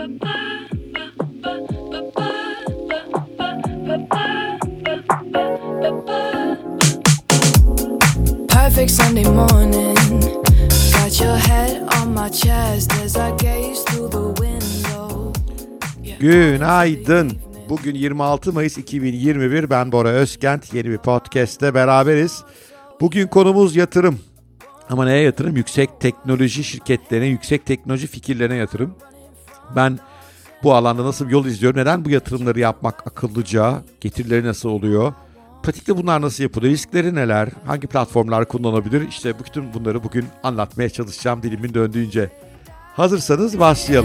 Perfect Sunday morning. Got your head on my chest as I gaze through the window. Günaydın. Bugün 26 Mayıs 2021. Ben Bora Özkent. Yeni bir podcast'te beraberiz. Bugün konumuz yatırım. Ama neye yatırım? Yüksek teknoloji şirketlerine, yüksek teknoloji fikirlerine yatırım. Ben bu alanda nasıl bir yol izliyorum? Neden bu yatırımları yapmak akıllıca? Getirileri nasıl oluyor? Pratikte bunlar nasıl yapılıyor? Riskleri neler? Hangi platformlar kullanılabilir? İşte bütün bunları bugün anlatmaya çalışacağım dilimin döndüğünce. Hazırsanız başlayalım.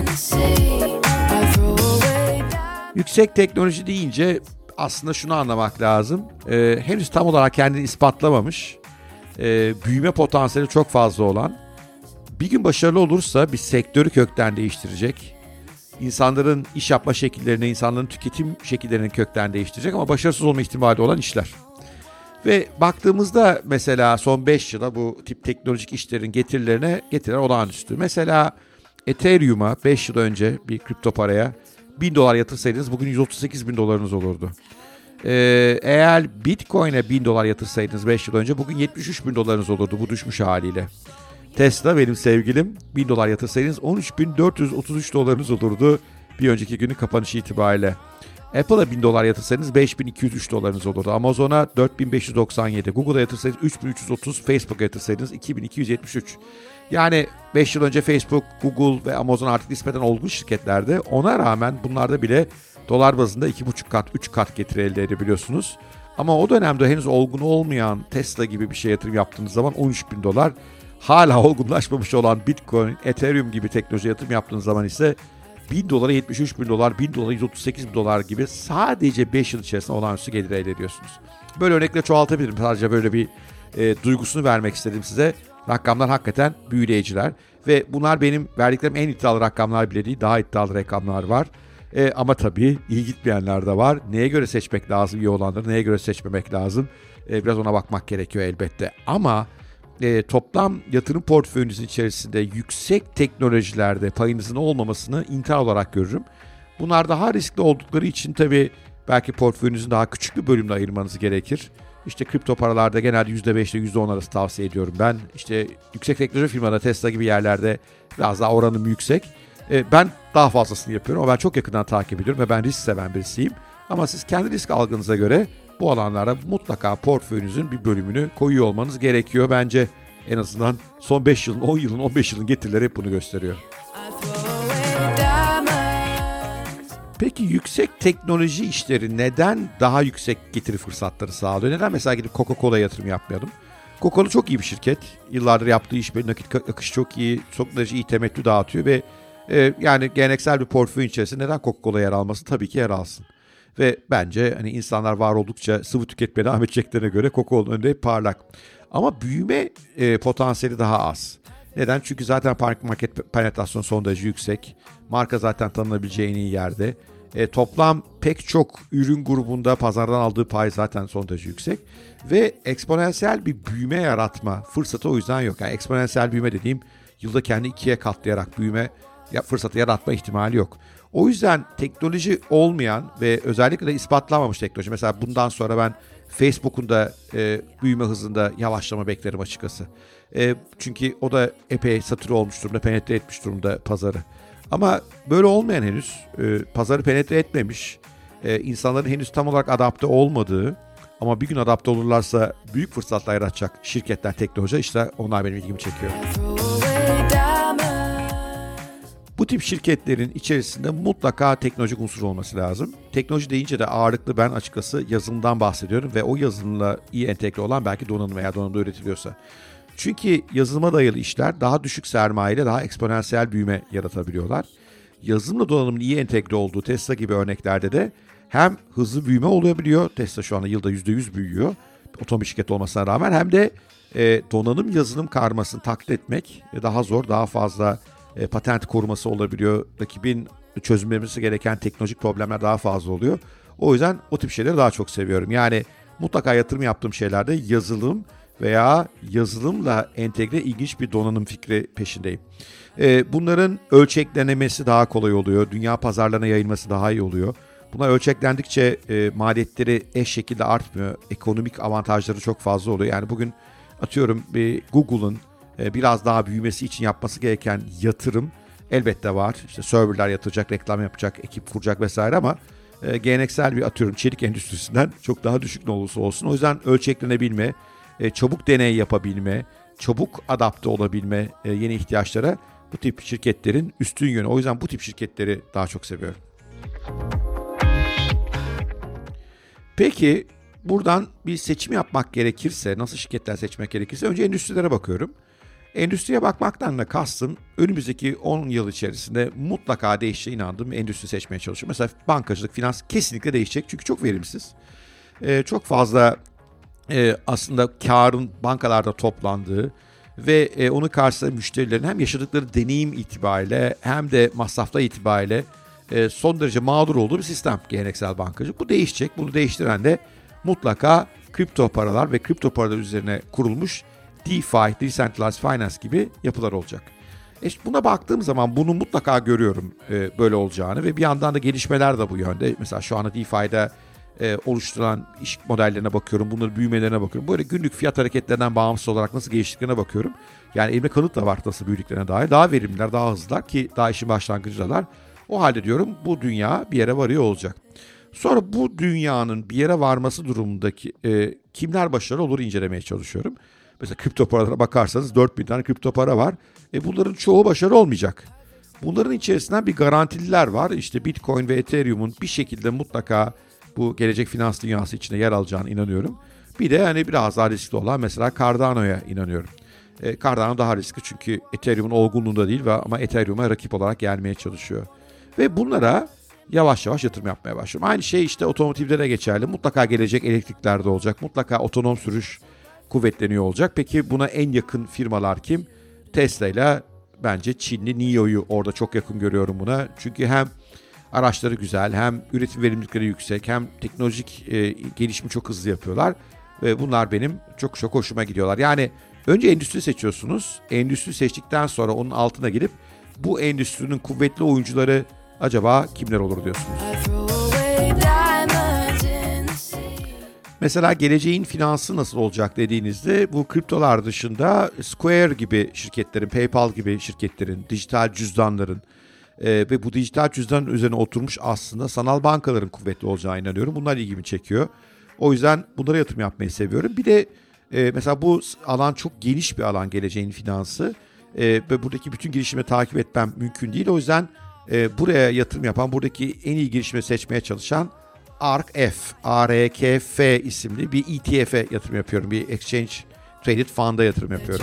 Yüksek teknoloji deyince aslında şunu anlamak lazım. Henüz tam olarak kendini ispatlamamış, büyüme potansiyeli çok fazla olan, bir gün başarılı olursa bir sektörü kökten değiştirecek, insanların iş yapma şekillerini, insanların tüketim şekillerini kökten değiştirecek ama başarısız olma ihtimali olan işler. Ve baktığımızda mesela son 5 yıla bu tip teknolojik işlerin getiriler olağanüstü. Mesela Ethereum'a 5 yıl önce bir kripto paraya $1000 yatırsaydınız bugün $138.000 olurdu. Eğer Bitcoin'e $1000 yatırsaydınız 5 yıl önce bugün $73.000 olurdu bu düşmüş haliyle. Tesla benim sevgilim $1000 yatırsaydınız $13.433 olurdu bir önceki günün kapanışı itibariyle. Apple'a $1000 yatırsaydınız $5203 olurdu. Amazon'a $4597, Google'a yatırsaydınız $3330, Facebook'a yatırsaydınız $2273. Yani 5 yıl önce Facebook, Google ve Amazon artık nispeten olgun şirketlerdi. Ona rağmen bunlarda bile dolar bazında 2,5 kat, 3 kat getiri elde edebiliyorsunuz. Ama o dönemde henüz olgun olmayan Tesla gibi bir şey yatırım yaptığınız zaman $13.000. Hala olgunlaşmamış olan Bitcoin, Ethereum gibi teknoloji yatırım yaptığınız zaman ise $1000'a $73.000, $1000'a $138.000 gibi sadece 5 yıl içerisinde olağanüstü gelir elde ediyorsunuz. Böyle örnekle çoğaltabilirim. Sadece böyle bir duygusunu vermek istedim size. Rakamlar hakikaten büyüleyiciler. Ve bunlar benim verdiklerim en iddialı rakamlar bile değil. Daha iddialı rakamlar var. Ama tabii iyi gitmeyenler de var. Neye göre seçmek lazım iyi olanları, neye göre seçmemek lazım? Biraz ona bakmak gerekiyor elbette. Ama toplam yatırım portföyünüzün içerisinde yüksek teknolojilerde payınızın olmamasını intihar olarak görürüm. Bunlar daha riskli oldukları için tabii belki portföyünüzün daha küçük bir bölümüne ayırmanız gerekir. İşte kripto paralarda genelde %5 ile %10 arası tavsiye ediyorum ben. İşte yüksek teknoloji firmaları Tesla gibi yerlerde biraz daha oranım yüksek. Ben daha fazlasını yapıyorum ama ben çok yakından takip ediyorum ve ben risk seven birisiyim. Ama siz kendi risk algınıza göre bu alanlara mutlaka portföyünüzün bir bölümünü koyuyor olmanız gerekiyor. Bence en azından son 5 yılın, 10 yılın, 15 yılın getirileri hep bunu gösteriyor. Peki yüksek teknoloji işleri neden daha yüksek getiri fırsatları sağlıyor? Neden mesela gidip Coca-Cola'ya yatırım yapmayalım? Coca-Cola çok iyi bir şirket. Yıllardır yaptığı iş, nakit akışı çok iyi, çok derece iyi temettü dağıtıyor ve yani geleneksel bir portföy içerisinde neden Coca-Cola yer almasın? Tabii ki yer alsın. Ve bence hani insanlar var oldukça sıvı tüketmeye devam edeceklerine göre Coca-Cola'nın önünde parlak. Ama büyüme potansiyeli daha az. Neden? Çünkü zaten market penetrasyonu son derece yüksek. Marka zaten tanınabileceği en iyi yerde. Toplam pek çok ürün grubunda pazardan aldığı pay zaten son derece yüksek. Ve eksponansiyel bir büyüme yaratma fırsatı o yüzden yok. Yani eksponansiyel büyüme dediğim yılda kendi 2'ye katlayarak büyüme fırsatı yaratma ihtimali yok. O yüzden teknoloji olmayan ve özellikle de ispatlanmamış teknoloji. Mesela bundan sonra ben Facebook'un da büyüme hızında yavaşlama beklerim açıkçası. Çünkü o da epey satürre olmuş durumda, penetre etmiş durumda pazarı. Ama böyle olmayan henüz, pazarı penetre etmemiş, insanların henüz tam olarak adapte olmadığı ama bir gün adapte olurlarsa büyük fırsatlar yaratacak şirketler, teknoloji, işte onlar benim ilgimi çekiyor. Bu tip şirketlerin içerisinde mutlaka teknolojik unsur olması lazım. Teknoloji deyince de ağırlıklı ben açıkçası yazılımdan bahsediyorum ve o yazılımla iyi entegre olan belki donanım veya donanımda üretiliyorsa. Çünkü yazılıma dayalı işler daha düşük sermayeyle daha eksponansiyel büyüme yaratabiliyorlar. Yazılımla donanımın iyi entegre olduğu Tesla gibi örneklerde de hem hızlı büyüme olabiliyor. Tesla şu anda yılda %100 büyüyor otomobil şirketi olmasına rağmen, hem de donanım yazılım karmasını taklit etmek daha zor, daha fazla patent koruması olabiliyor. Rakibin çözümlemesi gereken teknolojik problemler daha fazla oluyor. O yüzden o tip şeyleri daha çok seviyorum. Yani mutlaka yatırım yaptığım şeylerde yazılım veya yazılımla entegre ilginç bir donanım fikri peşindeyim. Bunların ölçeklenemesi daha kolay oluyor. Dünya pazarlarına yayılması daha iyi oluyor. Bunlar ölçeklendikçe maliyetleri eş şekilde artmıyor. Ekonomik avantajları çok fazla oluyor. Yani bugün atıyorum Google'ın biraz daha büyümesi için yapması gereken yatırım elbette var. İşte serverler yatıracak, reklam yapacak, ekip kuracak vesaire ama geleneksel bir atıyorum çelik endüstrisinden çok daha düşük ne olursa olsun. O yüzden ölçeklenebilme, çabuk deney yapabilme, çabuk adapte olabilme yeni ihtiyaçlara bu tip şirketlerin üstün yönü. O yüzden bu tip şirketleri daha çok seviyorum. Peki buradan bir seçim yapmak gerekirse, nasıl şirketler seçmek gerekirse önce endüstrilere bakıyorum. Endüstriye bakmaktan da kastım önümüzdeki 10 yıl içerisinde mutlaka değişeceğine inandığım endüstri seçmeye çalışıyorum. Mesela bankacılık, finans kesinlikle değişecek çünkü çok verimsiz. Çok fazla aslında karın bankalarda toplandığı ve onun karşısında müşterilerin hem yaşadıkları deneyim itibariyle hem de masraflar itibariyle son derece mağdur olduğu bir sistem geleneksel bankacılık. Bu değişecek. Bunu değiştiren de mutlaka kripto paralar ve kripto paralar üzerine kurulmuş DeFi, Decentralized Finance gibi yapılar olacak. Buna baktığım zaman bunu mutlaka görüyorum böyle olacağını ve bir yandan da gelişmeler de bu yönde. Mesela şu anda DeFi'de oluşturulan iş modellerine bakıyorum, bunların büyümelerine bakıyorum. Böyle günlük fiyat hareketlerinden bağımsız olarak nasıl geliştiklerine bakıyorum. Yani elimde kanıt da var nasıl büyüdüklerine dair. Daha verimliler, daha hızlılar ki daha işin başlangıcındalar. O halde diyorum bu dünya bir yere varıyor olacak. Sonra bu dünyanın bir yere varması durumundaki kimler başarılı olur incelemeye çalışıyorum. Mesela kripto paralara bakarsanız 4000 tane kripto para var. Bunların çoğu başarılı olmayacak. Bunların içerisinden bir garantililer var. İşte Bitcoin ve Ethereum'un bir şekilde mutlaka bu gelecek finans dünyası içinde yer alacağına inanıyorum. Bir de hani biraz daha riskli olan mesela Cardano'ya inanıyorum. Cardano daha riskli çünkü Ethereum'un olgunluğunda değil ama Ethereum'a rakip olarak gelmeye çalışıyor. Ve bunlara yavaş yavaş yatırım yapmaya başlıyorum. Aynı şey işte otomotivde de geçerli. Mutlaka gelecek elektriklerde olacak. Mutlaka otonom sürüş kuvvetleniyor olacak. Peki buna en yakın firmalar kim? Tesla ile bence Çinli NIO'yu orada çok yakın görüyorum buna. Çünkü hem araçları güzel, hem üretim verimlilikleri yüksek, hem teknolojik gelişimi çok hızlı yapıyorlar. Ve bunlar benim çok çok hoşuma gidiyorlar. Yani önce endüstri seçiyorsunuz. Endüstri seçtikten sonra onun altına girip bu endüstrinin kuvvetli oyuncuları acaba kimler olur diyorsunuz. Mesela geleceğin finansı nasıl olacak dediğinizde bu kriptolar dışında Square gibi şirketlerin, PayPal gibi şirketlerin, dijital cüzdanların ve bu dijital cüzdanın üzerine oturmuş aslında sanal bankaların kuvvetli olacağına inanıyorum. Bunlar ilgimi çekiyor. O yüzden bunlara yatırım yapmayı seviyorum. Bir de mesela bu alan çok geniş bir alan geleceğin finansı ve buradaki bütün girişimleri takip etmem mümkün değil. O yüzden buraya yatırım yapan, buradaki en iyi girişimi seçmeye çalışan ARKF isimli bir ETF'e yatırım yapıyorum. Bir Exchange Traded Fund'a yatırım yapıyorum.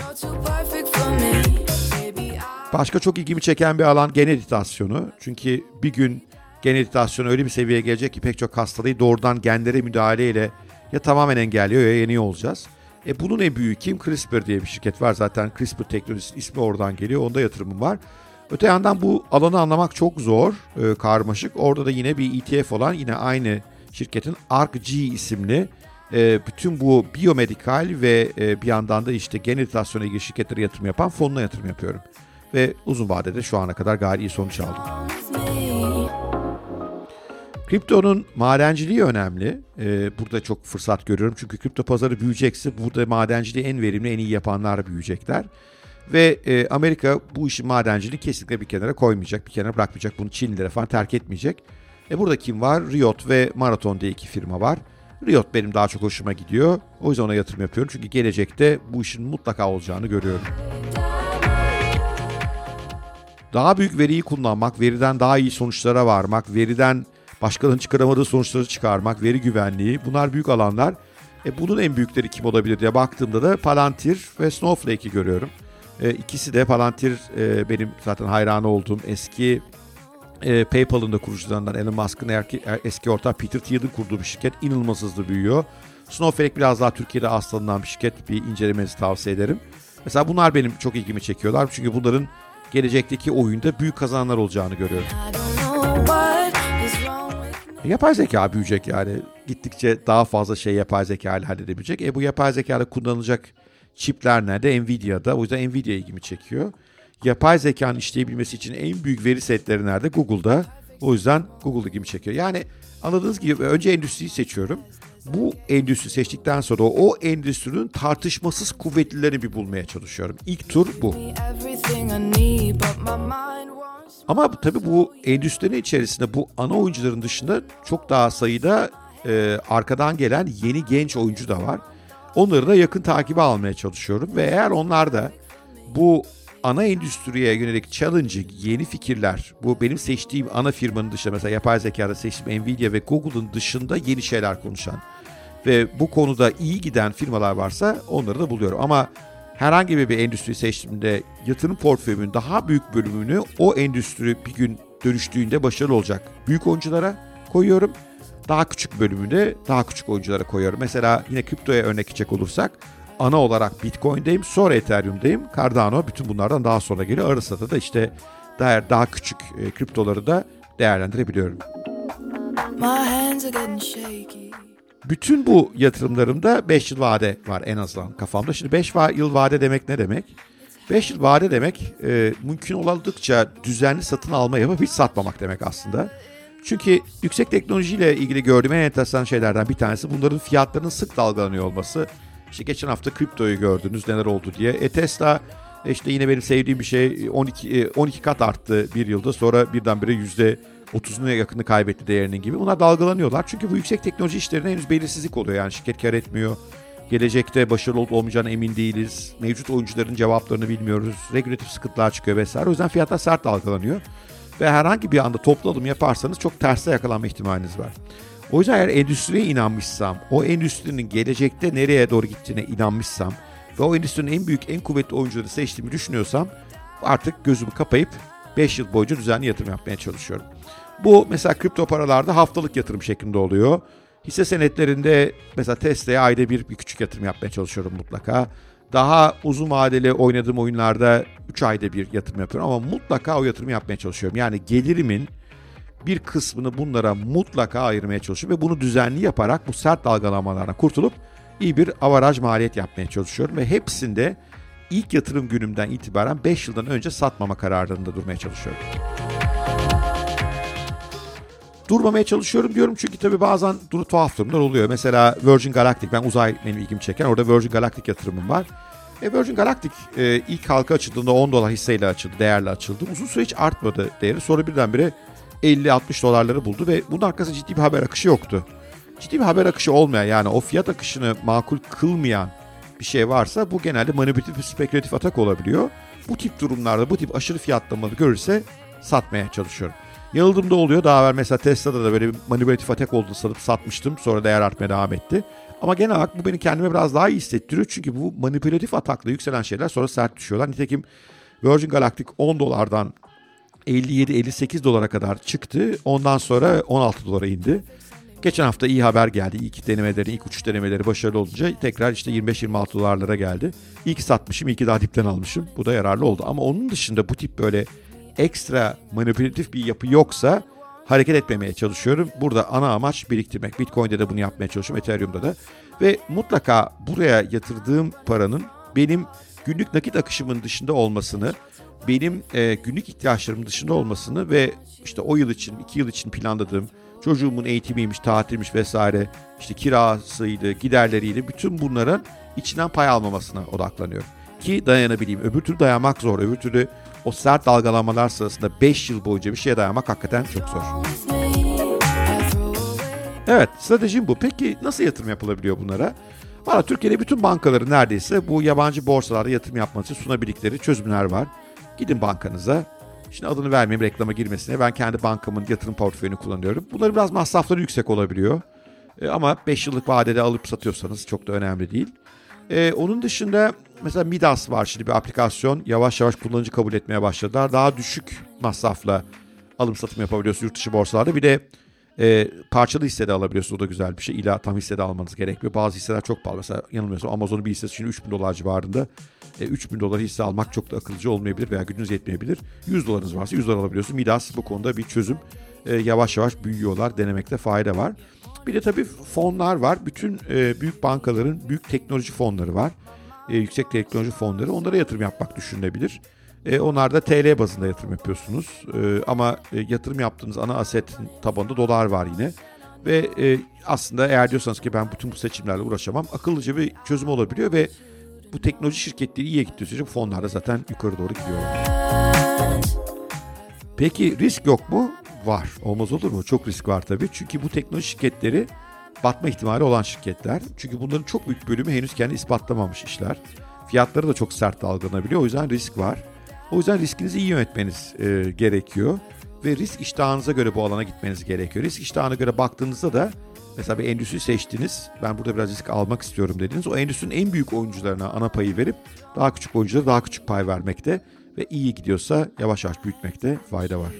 Başka çok ilgimi çeken bir alan gen editasyonu. Çünkü bir gün gen editasyonu öyle bir seviyeye gelecek ki pek çok hastalığı doğrudan genlere müdahaleyle ya tamamen engelliyor ya yeniyor olacağız. Bunun en büyüğü kim? CRISPR diye bir şirket var. Zaten CRISPR teknolojisi ismi oradan geliyor. Onda yatırımım var. Öte yandan bu alanı anlamak çok zor, karmaşık. Orada da yine bir ETF olan yine aynı şirketin ARKG isimli bütün bu biyomedikal ve bir yandan da işte gen editasyona ilgili şirketlere yatırım yapan fonuna yatırım yapıyorum. Ve uzun vadede şu ana kadar gayet iyi sonuç aldım. Kriptonun madenciliği önemli. Burada çok fırsat görüyorum. Çünkü kripto pazarı büyüyecekse burada madenciliği en verimli, en iyi yapanlar büyüyecekler. Ve Amerika bu işin madenciliğini kesinlikle bir kenara koymayacak, bir kenara bırakmayacak. Bunu Çinlilere falan terk etmeyecek. Burada kim var? Riot ve Marathon diye iki firma var. Riot benim daha çok hoşuma gidiyor. O yüzden ona yatırım yapıyorum. Çünkü gelecekte bu işin mutlaka olacağını görüyorum. Daha büyük veriyi kullanmak, veriden daha iyi sonuçlara varmak, veriden başkalarının çıkaramadığı sonuçları çıkarmak, veri güvenliği, bunlar büyük alanlar. Bunun en büyükleri kim olabilir diye baktığımda da Palantir ve Snowflake'i görüyorum. İkisi de Palantir benim zaten hayranı olduğum eski PayPal'ın da kurucularından Elon Musk'ın eski ortağı Peter Thiel'in kurduğu bir şirket. İnanılmaz hızlı büyüyor. Snowflake biraz daha Türkiye'de aslanlanan bir şirket. Bir incelemenizi tavsiye ederim. Mesela bunlar benim çok ilgimi çekiyorlar. Çünkü bunların gelecekteki oyunda büyük kazananlar olacağını görüyorum. Yapay zeka büyüyecek yani. Gittikçe daha fazla şey yapay zeka ile halledebilecek. Bu yapay zekada kullanılacak çipler nerede? Nvidia'da. O yüzden Nvidia ilgimi çekiyor. yapay zekanın işleyebilmesi için en büyük veri setleri nerede? Google'da. O yüzden Google ilgimi çekiyor. Yani anladığınız gibi önce endüstriyi seçiyorum. Bu endüstri seçtikten sonra o endüstrinin tartışmasız kuvvetlilerini bir bulmaya çalışıyorum. İlk tur bu. Ama tabii bu endüstrinin içerisinde bu ana oyuncuların dışında çok daha sayıda arkadan gelen yeni genç oyuncu da var. Onları da yakın takibe almaya çalışıyorum ve eğer onlar da bu ana endüstriye yönelik challenging yeni fikirler, bu benim seçtiğim ana firmanın dışında mesela yapay zekada seçtiğim Nvidia ve Google'ın dışında yeni şeyler konuşan ve bu konuda iyi giden firmalar varsa onları da buluyorum. Ama herhangi bir endüstri seçtiğimde yatırım portföyümün daha büyük bölümünü o endüstri bir gün dönüştüğünde başarılı olacak büyük oyunculara koyuyorum. Daha küçük bölümünü daha küçük oyunculara koyuyorum. Mesela yine kriptoya örnek edecek olursak ana olarak Bitcoin'deyim, sonra Ethereum'dayım. Cardano bütün bunlardan daha sonra geliyor. Arasında da işte daha küçük kriptoları da değerlendirebiliyorum. Bütün bu yatırımlarımda 5 yıl vade var en azından kafamda. Şimdi 5 yıl vade demek ne demek? 5 yıl vade demek mümkün olabildıkça düzenli satın alma yapıp hiç satmamak demek aslında. Çünkü yüksek teknolojiyle ilgili gördüğüm en enteresan şeylerden bir tanesi bunların fiyatlarının sık dalgalanıyor olması. İşte geçen hafta kriptoyu gördünüz neler oldu diye. Tesla işte yine benim sevdiğim bir şey 12 kat arttı bir yılda, sonra birdenbire %30'una yakını kaybetti değerinin gibi. Bunlar dalgalanıyorlar çünkü bu yüksek teknoloji işlerine henüz belirsizlik oluyor. Yani şirket kar etmiyor. Gelecekte başarılı olup olmayacağına emin değiliz. Mevcut oyuncuların cevaplarını bilmiyoruz. Regülatif sıkıntılar çıkıyor vesaire. O yüzden fiyatlar sert dalgalanıyor. Ve herhangi bir anda toplu alım yaparsanız çok terse yakalanma ihtimaliniz var. O yüzden eğer endüstriye inanmışsam, o endüstrinin gelecekte nereye doğru gittiğine inanmışsam ve o endüstrinin en büyük, en kuvvetli oyuncuları seçtiğimi düşünüyorsam artık gözümü kapayıp 5 yıl boyunca düzenli yatırım yapmaya çalışıyorum. Bu mesela kripto paralarda haftalık yatırım şeklinde oluyor. Hisse senetlerinde mesela Tesla'ya ayda bir küçük yatırım yapmaya çalışıyorum mutlaka. Daha uzun vadeli oynadığım oyunlarda 3 ayda bir yatırım yapıyorum ama mutlaka o yatırımı yapmaya çalışıyorum. Yani gelirimin bir kısmını bunlara mutlaka ayırmaya çalışıyorum ve bunu düzenli yaparak bu sert dalgalanmalardan kurtulup iyi bir avaraj maliyet yapmaya çalışıyorum ve hepsinde ilk yatırım günümden itibaren 5 yıldan önce satmama kararında durmaya çalışıyorum. Durmamaya çalışıyorum diyorum çünkü tabii bazen tuhaf durumlar oluyor. Mesela Virgin Galactic, ben uzay benim ilgimi çeken, orada Virgin Galactic yatırımım var. Virgin Galactic ilk halka açıldığında $10 hisseyle açıldı, değerle açıldı. Uzun süre hiç artmadı değeri. Sonra birdenbire 50-60 dolarları buldu ve bunun arkasında ciddi bir haber akışı yoktu. Ciddi bir haber akışı olmayan, yani o fiyat akışını makul kılmayan bir şey varsa bu genelde manipülatif ve spekülatif atak olabiliyor. Bu tip durumlarda bu tip aşırı fiyatlamaları görürse satmaya çalışıyorum. Yanıldığımda oluyor. Daha evvel mesela Tesla'da da böyle bir manipülatif atak olduğunu sanıp satmıştım. Sonra değer artmaya devam etti. Ama genel olarak bu beni kendime biraz daha iyi hissettiriyor. Çünkü bu manipülatif atakla yükselen şeyler sonra sert düşüyorlar. Nitekim Virgin Galactic $10'dan 57-58 dolara kadar çıktı. Ondan sonra 16 dolara indi. Geçen hafta iyi haber geldi. İlk uçuş denemeleri başarılı olunca tekrar işte 25-26 dolarlara geldi. İyi ki satmışım, iyi ki daha dipten almışım. Bu da yararlı oldu. Ama onun dışında bu tip böyle ekstra manipülatif bir yapı yoksa hareket etmemeye çalışıyorum. Burada ana amaç biriktirmek. Bitcoin'de de bunu yapmaya çalışıyorum, Ethereum'da da. Ve mutlaka buraya yatırdığım paranın benim günlük nakit akışımın dışında olmasını, benim günlük ihtiyaçlarımın dışında olmasını ve işte o yıl için, 2 yıl için planladığım çocuğumun eğitimiymiş, tatilmiş vesaire, işte kirasıydı, giderleriydi, bütün bunların içinden pay almamasına odaklanıyorum. Ki dayanabileyim. Öbür türlü dayanmak zor. Öbür türlü o sert dalgalanmalar sırasında 5 yıl boyunca bir şeye dayanmak hakikaten çok zor. Evet, stratejim bu. Peki nasıl yatırım yapılabiliyor bunlara? Valla Türkiye'de bütün bankaların neredeyse bu yabancı borsalarda yatırım yapması için sunabildikleri çözümler var. Gidin bankanıza. Şimdi adını vermeyeyim reklama girmesine. Ben kendi bankamın yatırım portföyünü kullanıyorum. Bunların biraz masrafları yüksek olabiliyor. Ama 5 yıllık vadede alıp satıyorsanız çok da önemli değil. Onun dışında mesela Midas var, şimdi bir aplikasyon. Yavaş yavaş kullanıcı kabul etmeye başladılar. Daha düşük masrafla alım satım yapabiliyorsunuz yurt dışı borsalarda. Bir de parçalı hisse de alabiliyorsunuz. O da güzel bir şey. İlla tam hisse de almanız gerekmiyor. Bazı hisseler çok pahalı. Mesela yanılmıyorsam Amazon'un bir hissesi şimdi $3.000 civarında. $3.000 hisse almak çok da akıllıca olmayabilir veya gücünüz yetmeyebilir. $100 varsa $100 alabiliyorsunuz. Midas bu konuda bir çözüm. Yavaş yavaş büyüyorlar. Denemekte fayda var. Bir de tabii fonlar var. Bütün büyük bankaların büyük teknoloji fonları var. Yüksek teknoloji fonları. Onlara yatırım yapmak düşünülebilir. Onlar da TL bazında yatırım yapıyorsunuz. Ama yatırım yaptığınız ana asetin tabanında dolar var yine. Ve aslında eğer diyorsanız ki ben bütün bu seçimlerle uğraşamam, akıllıca bir çözüm olabiliyor ve bu teknoloji şirketleri iyiye gittiği sürece bu fonlar da zaten yukarı doğru gidiyorlar. Peki risk yok mu? Var. Olmaz olur mu? Çok risk var tabii. Çünkü bu teknoloji şirketleri batma ihtimali olan şirketler. Çünkü bunların çok büyük bölümü henüz kendi ispatlamamış işler. Fiyatları da çok sert dalgalanabiliyor. O yüzden risk var. O yüzden riskinizi iyi yönetmeniz gerekiyor. Ve risk iştahınıza göre bu alana gitmeniz gerekiyor. Risk iştahına göre baktığınızda da mesela bir endüstri seçtiniz. Ben burada biraz risk almak istiyorum dediniz. O endüstrinin en büyük oyuncularına ana payı verip daha küçük oyunculara daha küçük pay vermekte ve iyi gidiyorsa yavaş yavaş büyütmekte fayda var.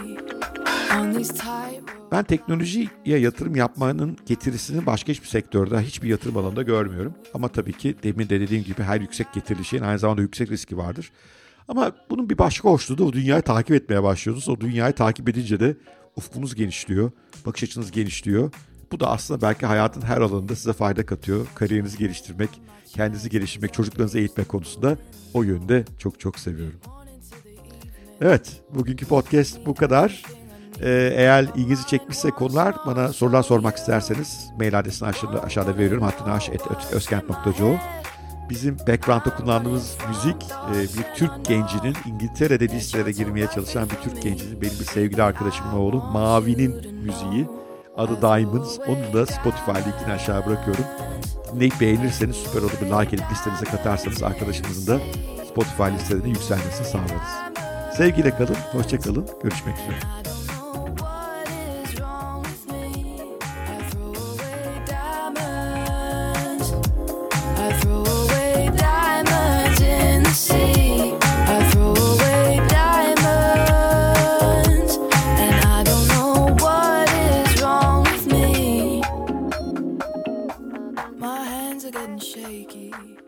Ben teknolojiye yatırım yapmanın getirisini başka hiçbir sektörde, hiçbir yatırım alanında görmüyorum. Ama tabii ki demin de dediğim gibi her yüksek getirili şeyin aynı zamanda yüksek riski vardır. Ama bunun bir başka hoşluğu da o dünyayı takip etmeye başlıyorsunuz. O dünyayı takip edince de ufkunuz genişliyor, bakış açınız genişliyor. Bu da aslında belki hayatın her alanında size fayda katıyor. Kariyerinizi geliştirmek, kendinizi geliştirmek, çocuklarınızı eğitmek konusunda o yönde çok çok seviyorum. Evet, bugünkü podcast bu kadar. Eğer ilginizi çekmişse konular, bana sorular sormak isterseniz mail adresini aşağıda veriyorum. hattinaş@özkent.co. Bizim background'da kullandığımız müzik bir Türk gencinin, İngiltere'de listelere girmeye çalışan bir Türk gencinin, benim bir sevgili arkadaşımın oğlu Mavi'nin müziği. Adı Diamonds. Onu da Spotify linkini aşağı bırakıyorum. Dinleyip beğenirseniz süper olur. Bir like edip listenize katarsanız arkadaşımızın da Spotify listelerine yükselmesini sağlarız. Sevgiyle kalın, hoşça kalın, görüşmek üzere. My hands are getting shaky.